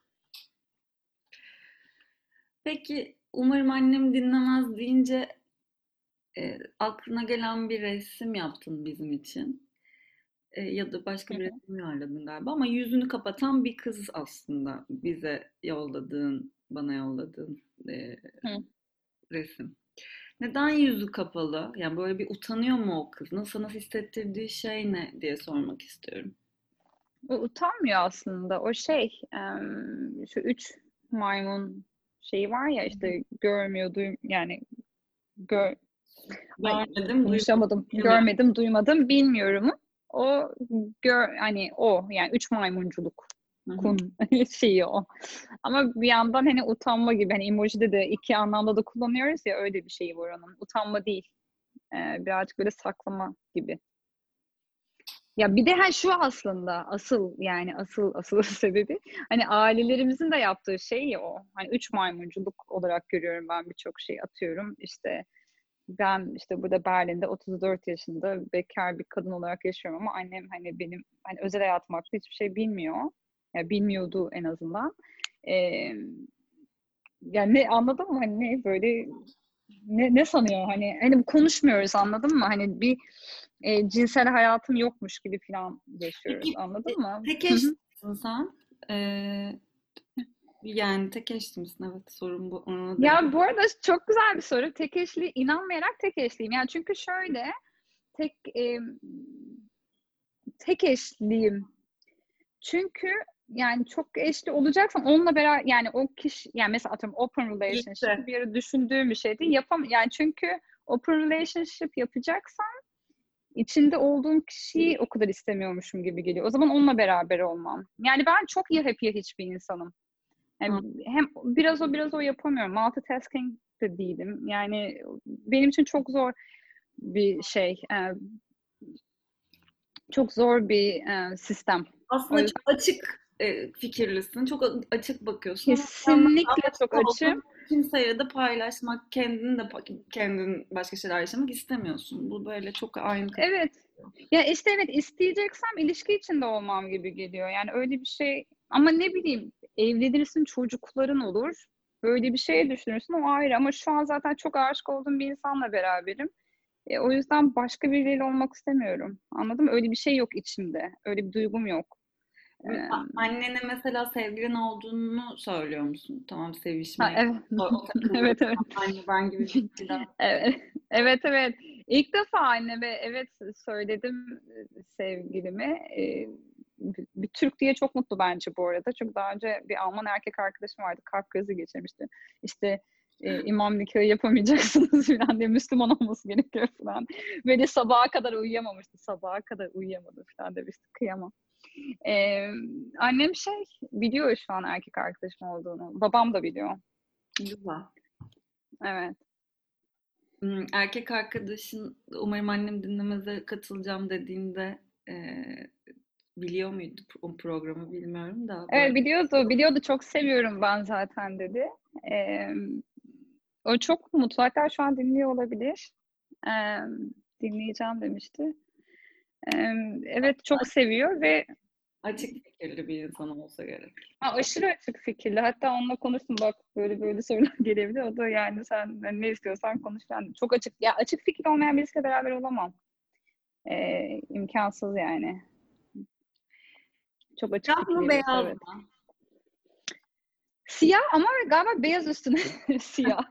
Peki umarım annem dinlemez deyince aklına gelen bir resim yaptın bizim için. Ya da başka Hı bir hı, resim uyarladın galiba ama yüzünü kapatan bir kız aslında bana yolladığın e, hı. resim. Neden yüzü kapalı? Yani böyle bir utanıyor mu o kız? Sana hissettirdiği şey ne diye sormak istiyorum. O utanmıyor aslında. O şey, şu üç maymun şeyi var ya işte görmüyor, yani gör, ay Görmedim, duymadım, konuşamadım. bilmiyorum. Görmedim, duymadım, bilmiyorum. O hani o yani üç maymunculuk Hı hı. kun şeyi o. Ama bir yandan hani utanma gibi hani emojide de iki anlamda da kullanıyoruz ya öyle bir şey var onun. Utanma değil. Birazcık böyle saklama gibi. Ya bir de şu aslında asıl yani asıl sebebi hani ailelerimizin de yaptığı şey ya o. Hani üç maymunculuk olarak görüyorum ben birçok şey atıyorum. İşte ben işte burada Berlin'de 34 yaşında bekar bir kadın olarak yaşıyorum ama annem hani benim hani özel hayatım hakkında hiçbir şey bilmiyor. Yani bilmiyordu en azından. Ee, Yani ne anladın mı? Hani ne böyle ne sanıyor hani konuşmuyoruz anladın mı? Hani bir cinsel hayatım yokmuş gibi falan yaşıyoruz Peki anladın mı? tek Hı hı. eşlisin sen. E, Yani tek eşli misin? Evet, sorun bu. Ona devam. Ya bu arada çok güzel bir soru. Tek eşli inanmayarak tek eşliyim. Yani çünkü şöyle tek tek eşliyim. Çünkü yani çok eşli olacaksam onunla beraber yani o kişi yani mesela atıyorum open relationship Birlikte. bir ara düşündüğüm bir şeydi. Yani çünkü open relationship yapacaksam içinde olduğum kişiyi o kadar istemiyormuşum gibi geliyor. O zaman onunla beraber olmam. Yani ben çok ya hep ya hiç bir insanım. Yani Ha, hem biraz o yapamıyorum. Multitasking de değilim. Yani benim için çok zor bir şey. Çok zor bir sistem. O aslında çok yüzden açık fikirlisin. Çok açık bakıyorsun ama bir yandan da kesinlikle çok açık açım. olduğun kimseyle de paylaşmak, kendin başka şeyler yaşamak istemiyorsun. Bu böyle çok aynı kapı. Evet. Ya işte evet isteyeceksem ilişki içinde olmam gibi geliyor. Yani öyle bir şey ama ne bileyim evlenirsin çocukların olur. Böyle bir şey düşünürsün o ayrı ama şu an zaten çok aşık olduğum bir insanla beraberim. O yüzden başka biriyle olmak istemiyorum. Anladın mı? Öyle bir şey yok içimde. Öyle bir duygum yok. Ee, Annene mesela sevgilin olduğunu söylüyor musun? Tamam, ha, sevişmeye. evet. O takılıyor. Evet, evet. Anne ben gibi bir şeyler. Evet, evet, evet. İlk defa anneme evet söyledim sevgilime. Bir Türk diye çok mutlu bence bu arada. Çünkü daha önce bir Alman erkek arkadaşım vardı. Kalp krizi geçirmişti. İşte imam nikahı yapamayacaksınız falan diye Müslüman olması gerekiyor falan. Böyle sabaha kadar uyuyamamıştı. Sabaha kadar uyuyamadı falan demişti. Kıyamam. Ee, Annem biliyor şu an erkek arkadaşım olduğunu. Babam da biliyor. Güzel. Evet. Erkek arkadaşın umarım annem dinlemeze katılacağım dediğinde biliyor muydu o programı bilmiyorum da böyle. Evet biliyordu. Biliyordu çok seviyorum ben zaten dedi. Ee, O çok mutlu. Hatta şu an dinliyor olabilir. Ee, Dinleyeceğim demişti. Evet çok seviyor ve Açık fikirli bir insan olsa gerek. aşırı açık fikirli. Hatta onunla konuştum bak böyle sorular gelebilir. O da yani sen ne istiyorsan konuş. Yani çok açık. Ya açık fikir olmayan birisiyle beraber olamam. İmkansız yani. Çok açık Siyah mı fikirli birisi, beyaz evet. mı? Siyah ama galiba beyaz üstüne siyah.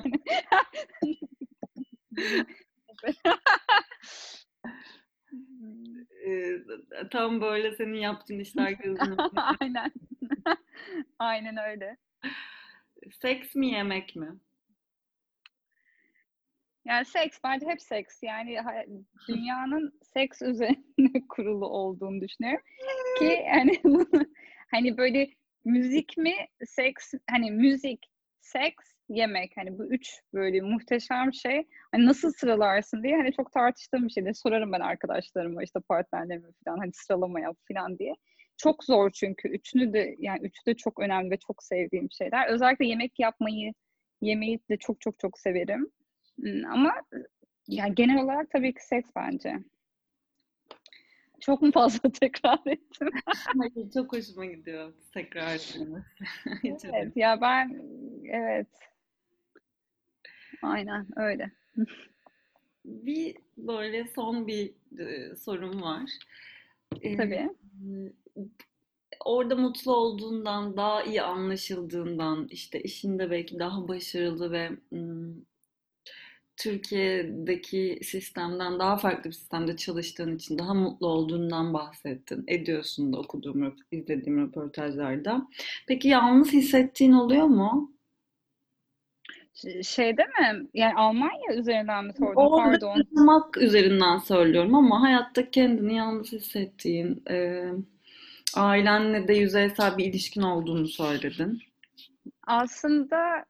Eee, tam böyle senin yaptığın işler gözümün önünde. Aynen. Aynen öyle. Seks mi yemek mi? Yani seks, bence hep seks. Yani dünyanın seks üzerine kurulu olduğunu düşünüyorum. Ki hani hani böyle müzik mi, seks, hani müzik, seks, yemek, hani bu üç böyle muhteşem şey. Hani nasıl sıralarsın diye hani çok tartıştığım bir şey de sorarım ben arkadaşlarıma, işte partnerlerime falan, hani sıralama yap falan diye. Çok zor çünkü üçünü de, yani üçü de çok önemli ve çok sevdiğim şeyler. Özellikle yemek yapmayı, yemeği de çok çok çok severim. Ama yani genel olarak tabii ki seks bence. Çok mu fazla tekrar ettim? Hayır, çok hoşuma gidiyor tekrar edilmesi. Hiç Evet üzülmüyorum. ya, evet, aynen öyle. Bir böyle son bir sorum var. Eee, Tabii. orada mutlu olduğundan, daha iyi anlaşıldığından, işte işinde belki daha başarılı ve Türkiye'deki sistemden daha farklı bir sistemde çalıştığın için daha mutlu olduğundan bahsettin. Ediyorsun da okuduğum, izlediğim röportajlarda. Peki yalnız hissettiğin oluyor mu? Şeyde mi? Yani Almanya üzerinden mi sordun? Orada Pardon. yaşamak üzerinden söylüyorum ama hayatta kendini yalnız hissettiğin, ailenle de yüzeysel bir ilişkin olduğunu söyledin. Aslında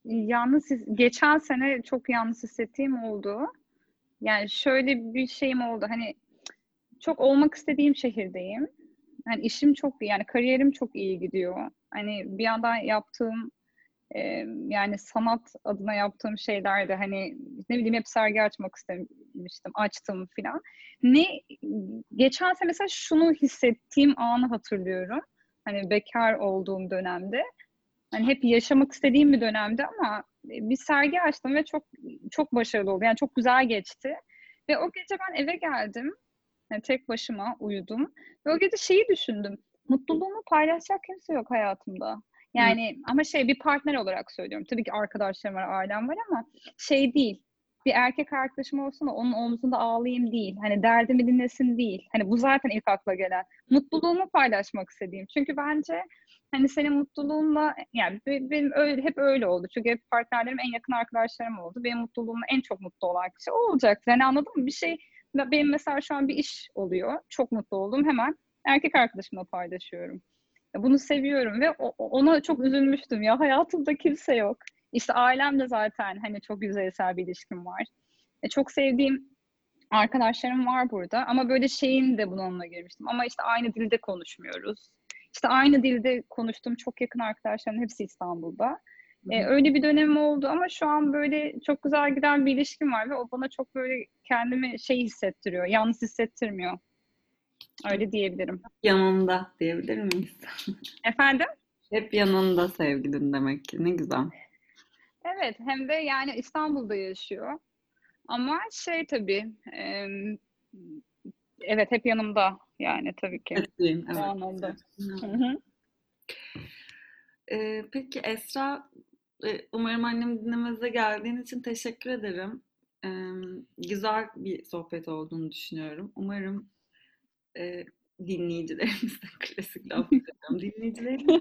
geçen sene çok yalnız hissettiğim oldu. Yani şöyle bir şeyim oldu. Hani çok olmak istediğim şehirdeyim. Hani işim çok iyi, yani kariyerim çok iyi gidiyor. Hani bir yandan yaptığım, yani sanat adına yaptığım şeyler de, hani ne bileyim, hep sergi açmak istemiştim, açtım filan. Ne Geçen sene mesela şunu hissettiğim anı hatırlıyorum. Hani bekar olduğum dönemde. Hani hep yaşamak istediğim bir dönemdi ama bir sergi açtım ve çok çok başarılı oldu. Yani çok güzel geçti. Ve o gece ben eve geldim. Yani tek başıma uyudum. Ve o gece şeyi düşündüm. Mutluluğumu paylaşacak kimse yok hayatımda. Hı. Yani ama bir partner olarak söylüyorum. Tabii ki arkadaşlarım var, ailem var ama şey değil. Bir erkek arkadaşım olsun da onun omzunda ağlayayım değil. Hani derdimi dinlesin değil. Hani bu zaten ilk akla gelen. Mutluluğumu paylaşmak istediğim. Çünkü bence hani senin mutluluğunla, yani benim öyle, hep öyle oldu. Çünkü hep partnerlerim en yakın arkadaşlarım oldu. Benim mutluluğumla en çok mutlu olan kişi o olacaktır. Yani anladın mı? Bir şey, benim mesela şu an bir iş oluyor. Çok mutlu oldum. Hemen erkek arkadaşımla paylaşıyorum. Bunu seviyorum ve ona çok üzülmüştüm. Ya hayatımda kimse yok. İşte ailemle zaten hani çok yüzeysel bir ilişkim var. Çok sevdiğim arkadaşlarım var burada ama böyle şeyin de bununla girmiştim. Ama işte aynı dilde konuşmuyoruz. İşte aynı dilde konuştuğum çok yakın arkadaşlarımın hepsi İstanbul'da. Öyle bir dönemim oldu ama şu an böyle çok güzel giden bir ilişkim var ve o bana çok böyle kendimi şey hissettiriyor, yalnız hissettirmiyor. Öyle diyebilirim. Yanında diyebilir miyiz? Efendim? Hep yanında sevgilin demek ki. Ne güzel. Evet, hem de yani İstanbul'da yaşıyor. Ama şey tabii, evet, hep yanımda yani, tabii ki. Etliyim, O evet. anlamda. Hı Evet. hı. Peki Esra, umarım annem dinlemeze geldiğin için teşekkür ederim. Güzel bir sohbet olduğunu düşünüyorum. Umarım e, dinleyicilerimiz de klasik laf söylüyorum. Dinleyicilerimiz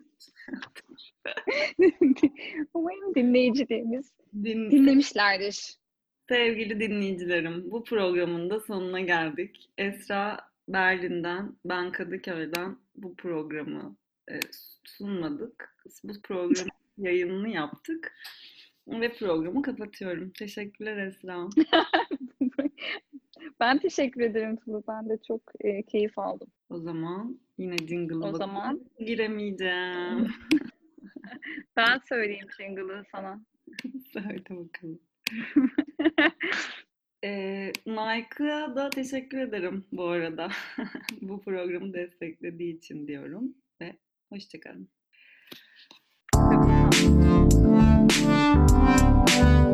Umarım dinleyicilerimiz de dinlemişlerdir. sevgili dinleyicilerim, bu programın da sonuna geldik. Esra Berlin'den, ben Kadıköy'den bu programı e, sunmadık. Bu programın yayınını yaptık ve programı kapatıyorum. Teşekkürler Esra. Ben teşekkür ederim Tulu. Ben de çok keyif aldım. O zaman yine jingle'ı O bakalım. zaman Giremeyeceğim. ben söyleyeyim jingle'ı sana. Söyle bakalım. Nike'a da teşekkür ederim bu arada. Bu programı desteklediği için diyorum ve hoşça kalın. Tabii, tabii.